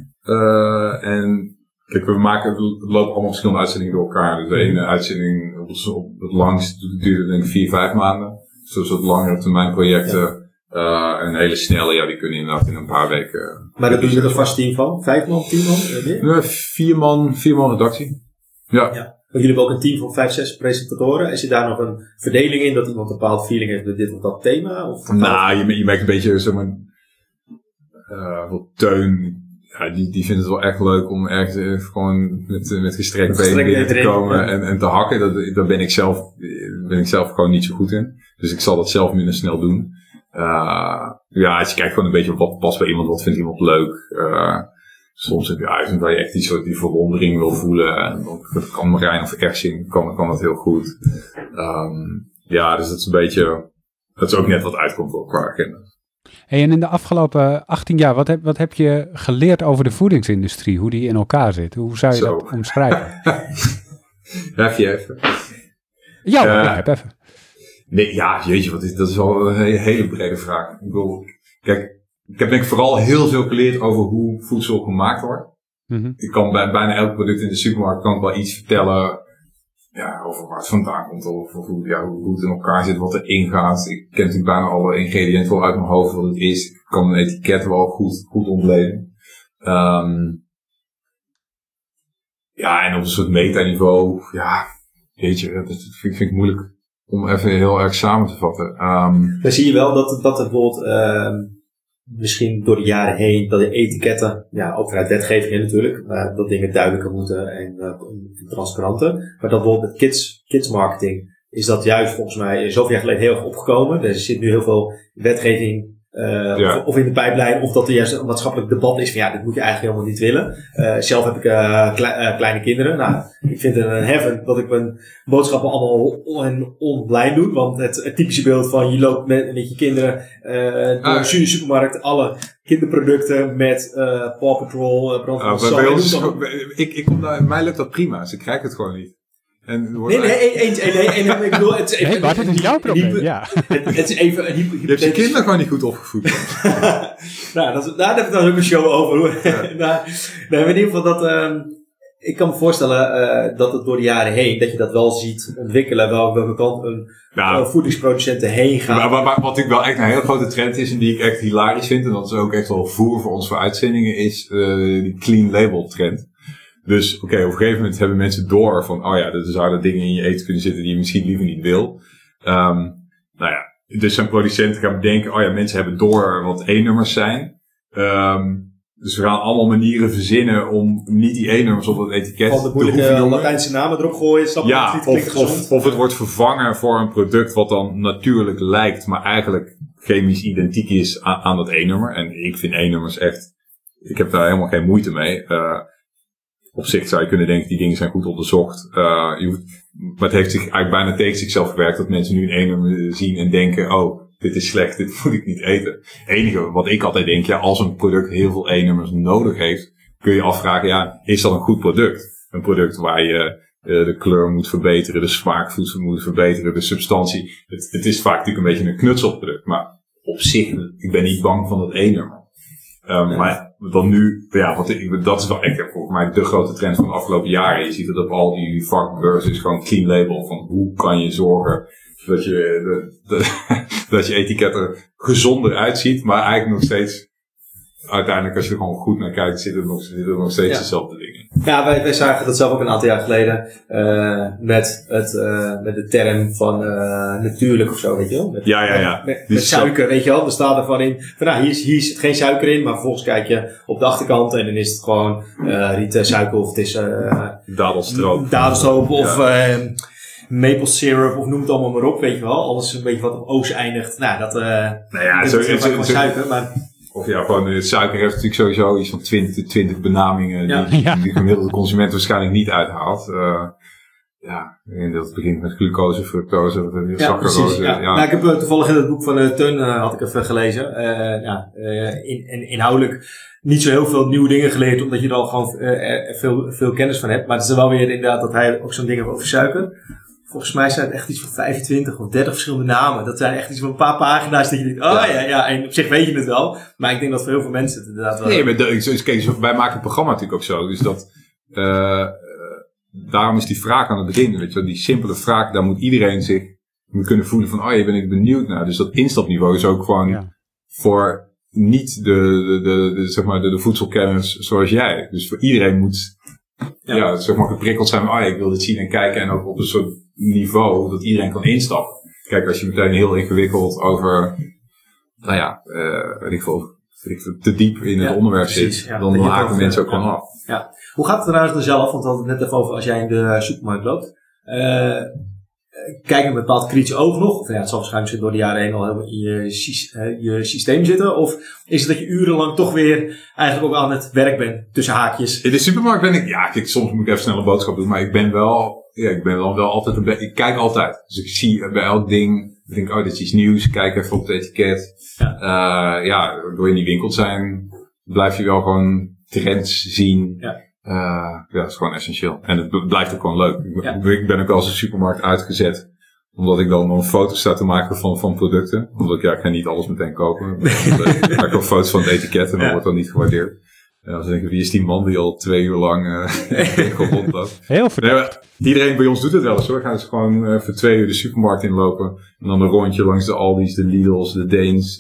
En kijk, we lopen allemaal verschillende uitzendingen door elkaar. Dus de ene uitzending op het langst duurde denk ik 4-5 maanden. Dus wat langere termijn projecten. En een hele snelle, die kunnen inderdaad in een paar weken. Maar daar doen je er vast team van? 5 man, 10 man? Nee, 4 man redactie. Ja. Want jullie hebben ook een team van 5-6 presentatoren. Is er daar nog een verdeling in dat iemand een bepaald feeling heeft met dit of dat thema? Of je merkt een beetje, zeg maar, Teun. Ja, die vindt het wel echt leuk om ergens gewoon met gestrekt been te komen en te hakken. Daar ben ik zelf gewoon niet zo goed in. Dus ik zal dat zelf minder snel doen. Als je kijkt gewoon een beetje wat past bij iemand, wat vindt iemand leuk. Soms heb je uitzending waar je echt die verwondering wil voelen. En dan kan Marijn of Ersing kan dat heel goed. Dus dat is een beetje, dat is ook net wat uitkomt qua agenda. Hey, en in de afgelopen 18 jaar, wat heb je geleerd over de voedingsindustrie? Hoe die in elkaar zit? Hoe zou je dat omschrijven? Heb je even? Ja, ik heb even. Nee, jeetje, dat is wel een hele brede vraag. Ik bedoel, kijk, ik heb denk ik vooral heel veel geleerd over hoe voedsel gemaakt wordt. Mm-hmm. Ik kan bij bijna elk product in de supermarkt wel iets vertellen. Over waar het vandaan komt, of hoe het in elkaar zit, wat erin gaat. Ik ken natuurlijk bijna alle ingrediënten wel uit mijn hoofd wat het is. Ik kan een etiket wel goed ontleden. En op een soort metaniveau, dat vind ik moeilijk om even heel erg samen te vatten. Dan zie je wel dat bijvoorbeeld, misschien door de jaren heen, dat de etiketten, ook vanuit wetgeving natuurlijk, dat dingen duidelijker moeten en transparanter. Maar dat bijvoorbeeld met kids marketing is dat juist volgens mij zoveel jaar geleden heel erg opgekomen. Er zit nu heel veel wetgeving of in de pijplijn, of dat er juist een maatschappelijk debat is van dit moet je eigenlijk helemaal niet willen. Zelf heb ik kleine kinderen. Nou, ik vind het een heaven dat ik mijn boodschappen allemaal online doe. Want het typische beeld van je loopt met je kinderen door de supermarkt, alle kinderproducten met Paw Patrol, mij lukt dat prima, dus ik krijg het gewoon niet. Ik bedoel, het is even... maar dat is jouw probleem, Het is even een Je hebt je kinderen gewoon niet goed opgevoed. Daar heb ik dan ook een show over. In ieder geval dat... ik kan me voorstellen dat het door de jaren heen, dat je dat wel ziet ontwikkelen, welke kant een voedingsproducenten heen gaan. Maar wat ik wel echt een hele grote trend is en die ik echt hilarisch vind, en dat is ook echt wel voer voor ons voor uitzendingen, is die clean label trend. Dus op een gegeven moment hebben mensen door van, er zouden dingen in je eten kunnen zitten die je misschien liever niet wil. Dus zijn producenten gaan bedenken, mensen hebben door wat E-nummers zijn. Dus we gaan allemaal manieren verzinnen om niet die E-nummers op het etiket te hoeven. Van de moeilijke Latijnse namen erop gooien. Ja, of het wordt vervangen voor een product wat dan natuurlijk lijkt, maar eigenlijk chemisch identiek is aan dat E-nummer. En ik vind E-nummers echt, ik heb daar helemaal geen moeite mee. Op zich zou je kunnen denken, die dingen zijn goed onderzocht. Maar het heeft zich eigenlijk bijna tegen zichzelf gewerkt dat mensen nu een E-nummer zien en denken, oh, dit is slecht, dit moet ik niet eten. Het enige wat ik altijd denk, als een product heel veel E-nummers nodig heeft, kun je afvragen, is dat een goed product? Een product waar je de kleur moet verbeteren, de smaak moet verbeteren, de substantie. Het is vaak natuurlijk een beetje een knutselproduct, maar op zich, ik ben niet bang van dat E-nummer. Maar dan nu, dat is wel echt volgens mij de grote trend van de afgelopen jaren. Je ziet het op al die vakbeurzen, is gewoon clean label van hoe kan je zorgen dat je etiket er gezonder uitziet, maar eigenlijk nog steeds, uiteindelijk als je er gewoon goed naar kijkt, zitten er nog steeds dezelfde dingen. Ja, wij zagen dat zelf ook een aantal jaar geleden, met de term van, natuurlijk of zo, weet je wel. Met suiker, weet je wel. Er staat er van in, hier zit geen suiker in, maar vervolgens kijk je op de achterkant en dan is het gewoon, rieten suiker of het is, dadelstroop of, maple syrup of noem het allemaal maar op, weet je wel. Alles een beetje wat op oos eindigt. Zo is het gewoon suiker, maar... Of gewoon suiker heeft natuurlijk sowieso iets van 20 benamingen die de gemiddelde consument waarschijnlijk niet uithaalt. En dat begint met glucose, fructose, saccharose. Nou, ik heb toevallig in het boek van Teun had ik even gelezen. Inhoudelijk niet zo heel veel nieuwe dingen geleerd, omdat je er al gewoon veel kennis van hebt. Maar het is er wel weer inderdaad dat hij ook zo'n ding heeft over suiker. Volgens mij zijn het echt iets van 25 of 30 verschillende namen. Dat zijn echt iets van een paar pagina's dat je denkt, en op zich weet je het wel. Maar ik denk dat voor heel veel mensen het inderdaad wel... Nee, maar kijk, wij maken het programma natuurlijk ook zo. Dus dat, daarom is die vraag aan het begin, weet je wel, die simpele vraag, daar moet iedereen zich kunnen voelen van, je ben ik benieuwd naar. Dus dat instapniveau is ook gewoon voor niet de voedselkennis zoals jij. Dus voor iedereen moet... geprikkeld zijn van, ik wil dit zien en kijken en ook op een soort niveau dat iedereen kan instappen. Kijk, als je meteen heel ingewikkeld over, te diep in het onderwerp zit, dan haken mensen ook gewoon af. Ja. Hoe gaat het er nou zelf? Want we hadden het net even over als jij in de supermarkt loopt. Kijk je met een bepaald kritisch oog nog? Of het zal waarschijnlijk door de jaren heen al helemaal in je systeem zitten. Of is het dat je urenlang toch weer eigenlijk ook aan het werk bent, tussen haakjes? In de supermarkt ben ik, soms moet ik even snel een boodschap doen, maar ik ben wel altijd ik kijk altijd. Dus ik zie bij elk ding, ik denk, dit is iets nieuws, kijk even op het etiket. Door in die winkel te zijn, blijf je wel gewoon trends zien. Dat is gewoon essentieel. En het blijft ook gewoon leuk. Ik ben ook al eens een supermarkt uitgezet. Omdat ik dan foto's sta te maken van producten. Omdat ik ga niet alles meteen kopen. Ik maak ook foto's van het etiket en dan wordt dat niet gewaardeerd. En dan denk ik, wie is die man die al 2 uur lang rondloopt? Heel verdacht. Iedereen bij ons doet het wel eens hoor. Gaan ze gewoon voor 2 uur de supermarkt inlopen. En dan een rondje langs de Aldi's, de Lidl's, de Deens.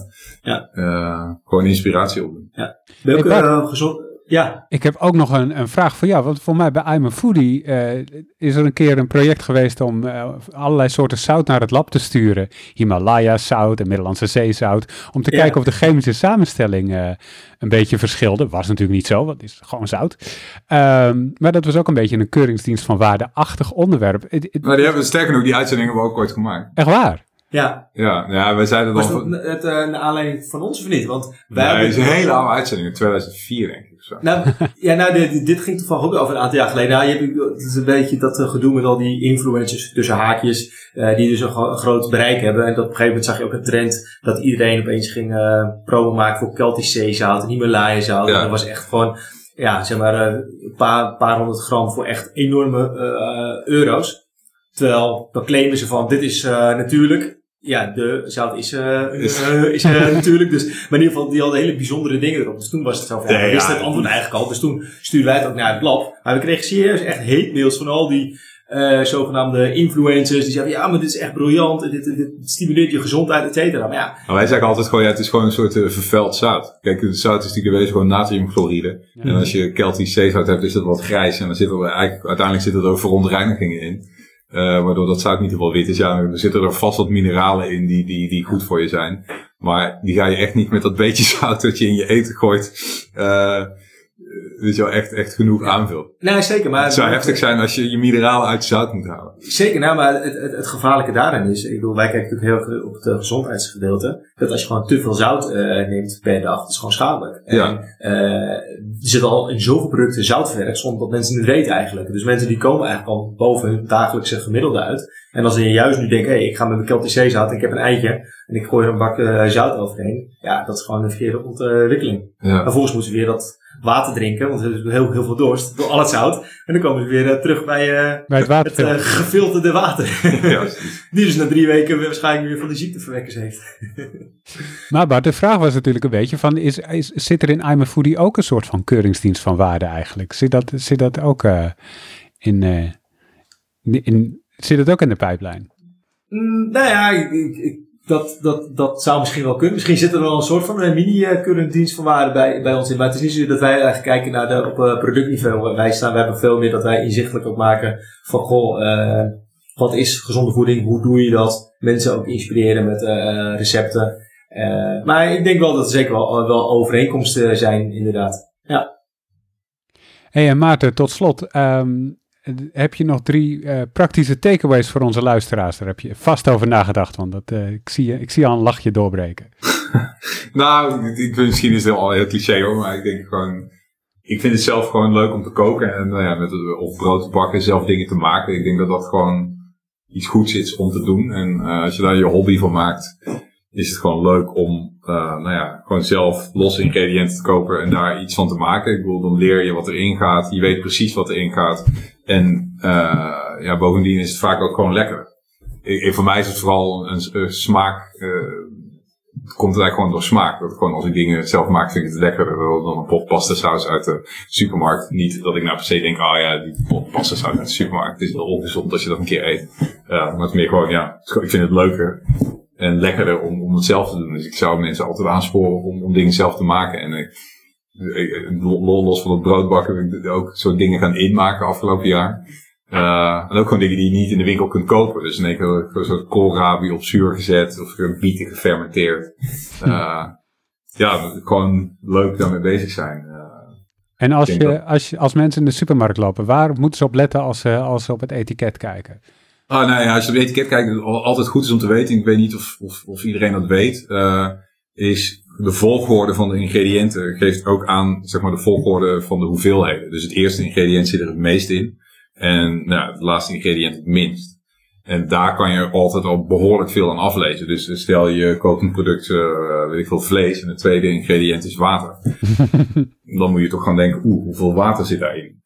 Gewoon inspiratie opdoen. Welke gezond... Ja. Ik heb ook nog een vraag voor jou. Want voor mij bij I'm a Foodie is er een keer een project geweest om allerlei soorten zout naar het lab te sturen. Himalaya zout en Middellandse zeezout. Om te kijken of de chemische samenstelling een beetje verschilde. Was natuurlijk niet zo, want het is gewoon zout. Maar dat was ook een beetje een keuringsdienst van waarde-achtig onderwerp. Maar die hebben, sterker nog, die uitzendingen hebben we ook ooit gemaakt. Echt waar? Ja. Ja, wij zeiden dan... Was dat naar aanleiding van ons of niet? Want het is een hele oude uitzending, in 2004 denk ik. Zo. Dit ging toevallig ook over een aantal jaar geleden. Het is een beetje dat gedoe met al die influencers tussen haakjes, die dus een groot bereik hebben. En dat op een gegeven moment zag je ook een trend dat iedereen opeens ging promo maken voor Keltisch zeezout en Himalaya zout. Ja. En dat was echt gewoon, een paar honderd gram voor echt enorme euro's. Terwijl dan claimen ze van, dit is natuurlijk... Ja, de zout is natuurlijk. Dus, maar in ieder geval, die hadden hele bijzondere dingen erop. Dus toen was het zo van, we wisten het antwoord eigenlijk al. Dus toen stuurden wij het ook naar het lab. Maar we kregen serieus echt hate mails van al die zogenaamde influencers. Die zeiden, maar dit is echt briljant. Dit stimuleert je gezondheid, et cetera. Maar wij zeggen altijd gewoon, het is gewoon een soort vervuild zout. Kijk, het zout is natuurlijk wezen gewoon natriumchloride. Ja. En als je Keltisch zeezout hebt, is dat wat grijs. En dan uiteindelijk zitten er ook verontreinigingen in. Waardoor dat zout niet ieder geval wit is. Ja, er zitten er vast wat mineralen in die goed voor je zijn. Maar die ga je echt niet met dat beetje zout dat je in je eten gooit, dus je echt genoeg aanvult. Nee, zeker. Maar het zou heftig zijn als je mineralen uit zout moet halen. Zeker, nou, maar het gevaarlijke daarin is, ik bedoel, wij kijken natuurlijk heel erg op het gezondheidsgedeelte, dat als je gewoon te veel zout neemt per dag, dat is gewoon schadelijk. Ja. Er zit al in zoveel producten zoutverwerkt, zonder dat mensen het weten eigenlijk. Dus mensen die komen eigenlijk al boven hun dagelijkse gemiddelde uit. En als je juist nu denkt, ik ga met mijn Keltische zeezout en ik heb een eitje en ik gooi er een bak zout overheen, ja, dat is gewoon een verkeerde ontwikkeling. Ja. En vervolgens moeten ze weer dat water drinken, want ze hebben heel veel dorst door al het zout. En dan komen ze weer terug bij het gefilterde water. Ja, die dus na 3 weken waarschijnlijk weer van die ziekteverwekkers heeft. Maar Bart, de vraag was natuurlijk een beetje van, zit er in I'm a Foodie ook een soort van keuringsdienst van waarde eigenlijk? Zit dat ook zit het ook in de pijplijn? Nou ja, dat zou misschien wel kunnen. Misschien zit er wel een soort van mini-keuringsdienst van waarde bij ons in. Maar het is niet zo dat wij eigenlijk kijken naar op productniveau. We hebben veel meer dat wij inzichtelijk ook maken van, wat is gezonde voeding? Hoe doe je dat? Mensen ook inspireren met recepten. Maar ik denk wel dat er zeker wel overeenkomsten zijn, inderdaad. Ja. Hey, en Maarten, tot slot. Heb je nog 3 praktische takeaways voor onze luisteraars? Daar heb je vast over nagedacht, want ik zie al een lachje doorbreken. Nou, misschien is het al heel cliché hoor, maar ik denk gewoon, ik vind het zelf gewoon leuk om te koken en of brood te bakken, zelf dingen te maken. Ik denk dat dat gewoon iets goeds is om te doen. En als je daar je hobby van maakt, is het gewoon leuk om gewoon zelf losse ingrediënten te kopen en daar iets van te maken. Ik bedoel, dan leer je wat erin gaat, je weet precies wat erin gaat. En bovendien is het vaak ook gewoon lekker. Voor mij is het vooral een smaak. Het komt eigenlijk gewoon door smaak. Dat gewoon als ik dingen zelf maak, vind ik het lekkerder dan een pot pasta saus uit de supermarkt. Niet dat ik nou per se denk, die pot pasta saus uit de supermarkt is heel ongezond als je dat een keer eet. Maar het is meer gewoon, ik vind het leuker en lekkerder om het zelf te doen. Dus ik zou mensen altijd aansporen om dingen zelf te maken. En los van het broodbakken heb ik ook soort dingen gaan inmaken afgelopen jaar. En ook gewoon dingen die je niet in de winkel kunt kopen. Dus in één keer een soort koolrabi op zuur gezet of bieten gefermenteerd. Gewoon leuk daarmee bezig zijn. En als mensen in de supermarkt lopen, waar moeten ze op letten als ze op het etiket kijken? Als je op het etiket kijkt, altijd goed is om te weten. Ik weet niet of iedereen dat weet. Is de volgorde van de ingrediënten geeft ook aan, zeg maar, de volgorde van de hoeveelheden. Dus het eerste ingrediënt zit er het meest in. En het laatste ingrediënt het minst. En daar kan je altijd al behoorlijk veel aan aflezen. Dus stel je koopt een product, weet ik veel, vlees en het tweede ingrediënt is water. Dan moet je toch gaan denken, hoeveel water zit daarin?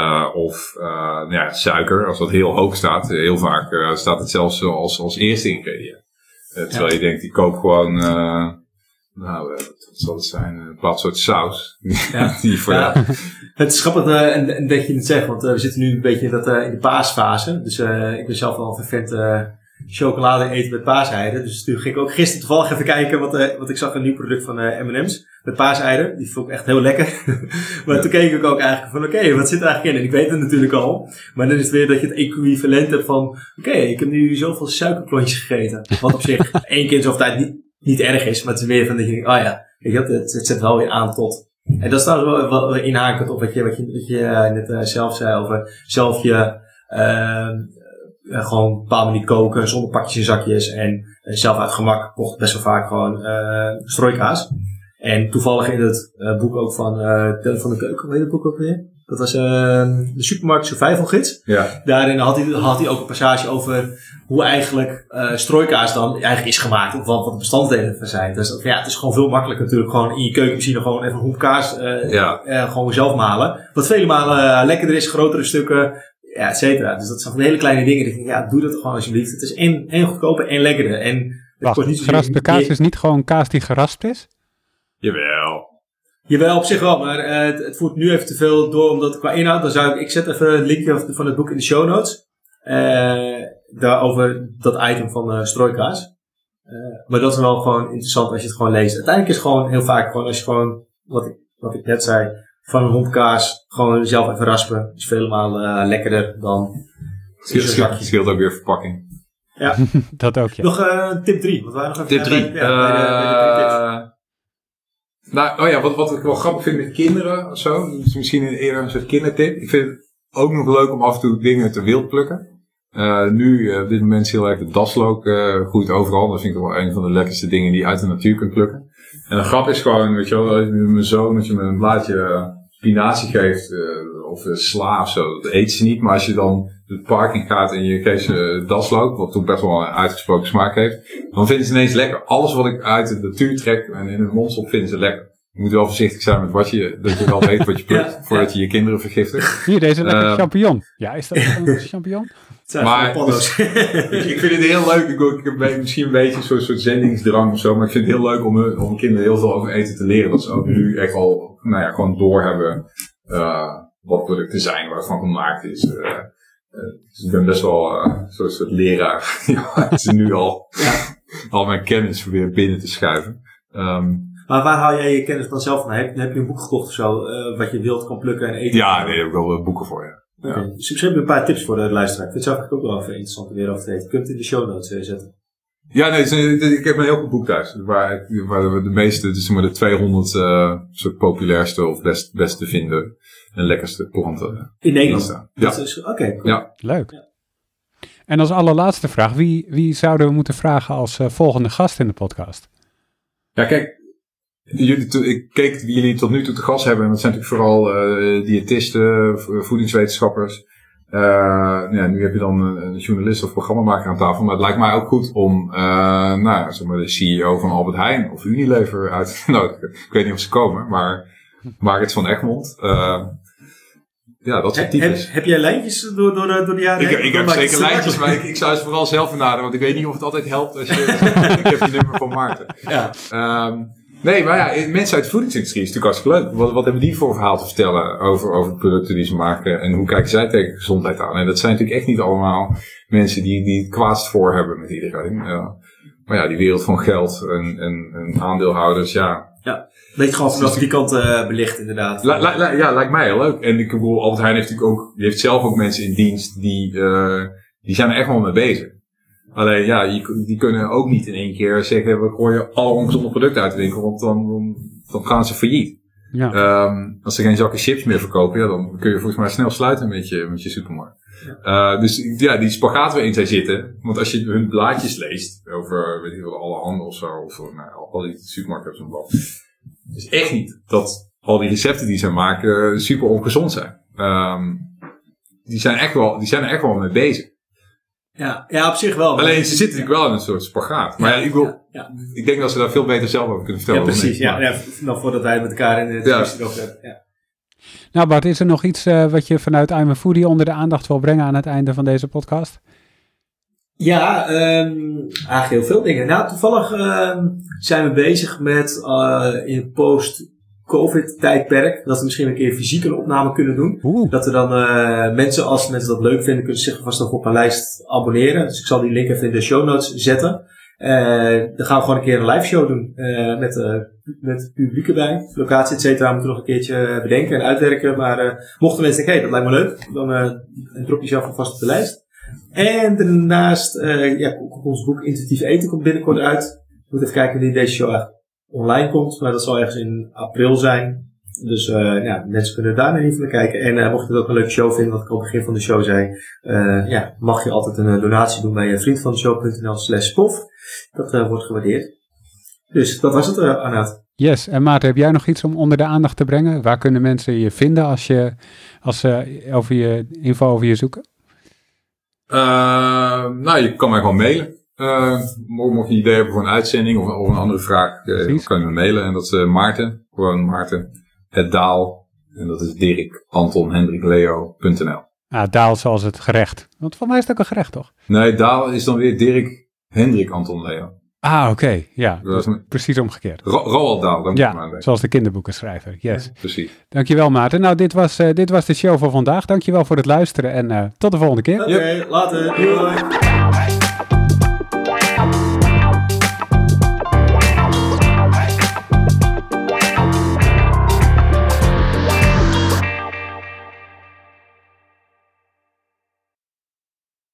Suiker, als dat heel hoog staat. Heel vaak staat het zelfs als eerste ingrediënt. Terwijl je denkt, ik koop gewoon... wat zal het zijn? Een bepaald soort saus. Ja. Het is grappig dat je het zegt, want we zitten nu een beetje in de paasfase. Dus ik ben zelf wel een vervent chocolade eten met paaseieren. Dus toen ging ik ook gisteren toevallig even kijken, wat ik zag een nieuw product van M&M's met paaseieren. Die vond ik echt heel lekker. Maar toen keek ik ook eigenlijk van wat zit er eigenlijk in? En ik weet het natuurlijk al. Maar dan is het weer dat je het equivalent hebt van ik heb nu zoveel suikerklontjes gegeten. Wat op zich 1 keer in zoveel tijd niet erg is, maar het is weer van dat je denkt, het zet wel weer aan tot. En dat staat wel inhakend op wat je net zelf zei over zelf je gewoon op een bepaalde manier koken zonder pakjes en zakjes en zelf uit gemak kocht best wel vaak gewoon strooikaas. En toevallig in het boek ook van Tellen van de Keuken, hoe heet het boek ook weer? Dat was de Supermarkt Survival Gids. Ja. Daarin had hij ook een passage over hoe eigenlijk strooikaas dan eigenlijk is gemaakt. Of wat de bestanddelen ervan zijn. Dus het is gewoon veel makkelijker natuurlijk. Gewoon in je keukenmachine gewoon even een hoep kaas gewoon zelf malen. Wat vele malen lekkerder is, grotere stukken, et cetera. Dus dat zijn van hele kleine dingen. Ik denk, doe dat gewoon alsjeblieft. Het is en goedkoper en lekkerder. En geraspte kaas is niet gewoon kaas die geraspt is? Jawel, op zich wel, maar het voert nu even te veel door, omdat qua inhoud, ik zet even een linkje van het boek in de show notes, daarover dat item van strooikaas. Maar dat is wel gewoon interessant als je het gewoon leest. Uiteindelijk is het gewoon heel vaak gewoon, als je gewoon, wat ik net zei, van een homp kaas gewoon zelf even raspen, is vele malen lekkerder dan Scheelt ook weer verpakking. Ja. Dat ook, ja. Nog tip 3. Wat waren nog even Tip 3. Wat ik wel grappig vind met kinderen of zo. Dus misschien eerder een soort kindertip. Ik vind het ook nog leuk om af en toe dingen te wild plukken. Nu, op dit moment is heel erg de daslook groeit overal. Dat vind ik wel een van de lekkerste dingen die je uit de natuur kunt plukken. En de grap is gewoon, weet je wel, mijn zoon, als je me een blaadje spinazie geeft, of sla of zo, dat eet ze niet. Maar als je dan de park in gaat en je geeft ze daslook, wat toch best wel een uitgesproken smaak heeft, dan vinden ze ineens lekker. Alles wat ik uit de natuur trek en in hun mond stop, vinden ze lekker. Je moet wel voorzichtig zijn met dat je wel weet wat je plukt, voordat je kinderen vergiftigt. Hier, deze lekkere champignon. Ja, is dat een champignon? Maar dus, ik vind het heel leuk. Ik heb misschien een beetje een soort zendingsdrang of zo. Maar ik vind het heel leuk om kinderen heel veel over eten te leren. Dat ze ook nu echt al gewoon doorhebben wat producten zijn, waar het van gemaakt is. Dus ik ben best wel een soort leraar. Ja, het is nu al mijn kennis proberen binnen te schuiven. Maar waar haal jij je kennis dan zelf van? Heb je een boek gekocht of zo, wat je wilt kan plukken en eten? Ja, nee, daar heb ik wel boeken voor, ja. Okay. Dus misschien heb je een paar tips voor de luisteraar. Ik vind het zelf ook wel even interessant om weer over te weten. Je kunt het in de show notes zetten. Ja, nee, ik heb een heel goed boek thuis. Waar de meeste, dus maar de 200 soort populairste of best te vinden en lekkerste klanten. In Nederland? Ja. Oké, cool. Ja. Leuk. Ja. En als allerlaatste vraag, wie zouden we moeten vragen als volgende gast in de podcast? Ja, kijk. Ik keek wie jullie tot nu toe te gast hebben. En dat zijn natuurlijk vooral diëtisten, voedingswetenschappers. Nu heb je dan een journalist of programmamaker aan tafel. Maar het lijkt mij ook goed om zeg maar de CEO van Albert Heijn of Unilever uit te nodigen. Ik weet niet of ze komen, maar Marit van Egmond. Dat soort types. Heb jij lijntjes door de jaren heen? Ik heb zeker lijntjes, maar ik zou ze vooral zelf benaderen. Want ik weet niet of het altijd helpt als je... ik heb je nummer van Maarten. Ja. Nee, maar ja, mensen uit de voedingsindustrie is natuurlijk hartstikke leuk. Wat hebben die voor verhaal te vertellen over de producten die ze maken en hoe kijken zij tegen gezondheid aan? En dat zijn natuurlijk echt niet allemaal mensen die het kwaadst voor hebben met iedereen. Maar ja, die wereld van geld en aandeelhouders, ja. Ja, weet je gewoon vanaf die kant belicht inderdaad. Lijkt mij heel leuk. En ik bedoel, Albert Heijn heeft natuurlijk ook, die heeft zelf ook mensen in dienst die zijn er echt wel mee bezig. Alleen ja, die kunnen ook niet in één keer zeggen, we gooien alle ongezonde producten uit de winkel, want dan gaan ze failliet. Ja. Als ze geen zakken chips meer verkopen, ja, dan kun je volgens mij snel sluiten met je supermarkt. Ja. Dus ja, die spagaat waarin zij zitten, want als je hun blaadjes leest over, weet ik wel, alle handen of zo, of al die supermarkten hebben zo'n blad. Het is echt niet dat al die recepten die zij maken super ongezond zijn. Die zijn er echt wel mee bezig. Ja, op zich wel. Alleen ze zitten natuurlijk wel in een soort spagaat. Maar ik denk dat ze daar veel beter zelf over kunnen vertellen. Ja, precies. Dan voordat wij met elkaar in de discussie erover hebben. Ja. Nou Bart, is er nog iets wat je vanuit I'm a Foodie onder de aandacht wil brengen aan het einde van deze podcast? Ja, eigenlijk heel veel dingen. Nou, toevallig zijn we bezig met in post-COVID-tijdperk dat we misschien een keer fysiek een opname kunnen doen. Dat we dan als mensen dat leuk vinden, kunnen zich vast nog op een lijst abonneren. Dus ik zal die link even in de show notes zetten. Dan gaan we gewoon een keer een live show doen met publiek erbij. Locatie, et cetera, moeten we nog een keertje bedenken en uitwerken. Maar mochten mensen denken, dat lijkt me leuk, dan drop je zelf alvast op de lijst. En daarnaast komt ons boek Intuïtief Eten komt binnenkort uit. We moeten even kijken wanneer deze show echt online komt. Maar dat zal ergens in april zijn. Dus mensen kunnen daar naar even naar kijken. En mocht je het ook een leuke show vinden, wat ik al begin van de show zei, mag je altijd een donatie doen bij vriendvandeshow.nl/spof. Dat wordt gewaardeerd. Dus dat was het, Arnoud. Yes, en Maarten, heb jij nog iets om onder de aandacht te brengen? Waar kunnen mensen je vinden als ze info over je zoeken? Je kan mij gewoon mailen. Mocht je een idee hebben voor een uitzending of een andere vraag, kan je me mailen. En dat is Maarten, gewoon Maarten, @daal. En dat is DirkAntonHendrikLeo.nl. Daal zoals het gerecht. Want voor mij is het ook een gerecht, toch? Nee, Daal is dan weer Dirk Hendrik Anton Leo. Oké. Ja, precies omgekeerd. Roald Daal, zoals de kinderboekenschrijver, yes. Ja, precies. Dankjewel Maarten. Nou, dit was de show voor vandaag. Dankjewel voor het luisteren en tot de volgende keer. Oké, later. Doei.